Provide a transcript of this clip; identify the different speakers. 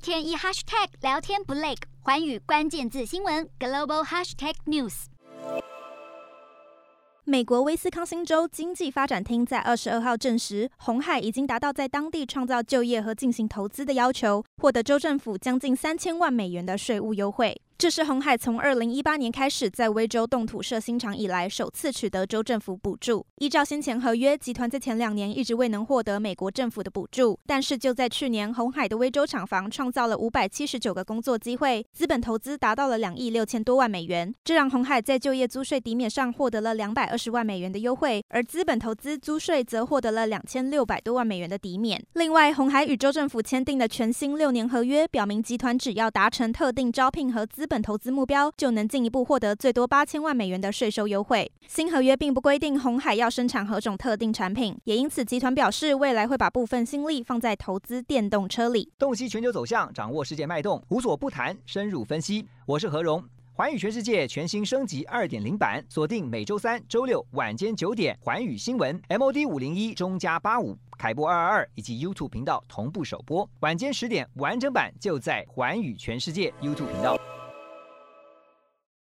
Speaker 1: 天一 hashtag 聊天不累，寰宇关键字新闻 global hashtag news。
Speaker 2: 美国威斯康星州经济发展厅在22号证实，鸿海已经达到在当地创造就业和进行投资的要求，获得州政府将近3000万美元的税务优惠。这是鸿海从2018年开始在威州动土设新厂以来首次取得州政府补助。依照先前合约，集团在前2年一直未能获得美国政府的补助，但是就在去年，鸿海的威州厂房创造了579个工作机会，资本投资达到了2亿6千多万美元，这让鸿海在就业租税抵免上获得了220万美元的优惠，而资本投资租税则获得了2600多万美元的抵免。另外，鸿海与州政府签订的全新6年合约，表明集团只要达成特定招聘和资本投资目标，就能进一步获得最多8000万美元的税收优惠。新合约并不规定鸿海要生产何种特定产品，也因此集团表示，未来会把部分心力放在投资电动车里。
Speaker 3: 洞悉全球走向，掌握世界脉动，无所不谈，深入分析。我是何荣。寰宇全世界全新升级2.0版，锁定每周3、周6晚间9点，寰宇新闻 MOD 501中加85，凯播222以及 YouTube 频道同步首播。晚间10点完整版就在寰宇全世界 YouTube 频道。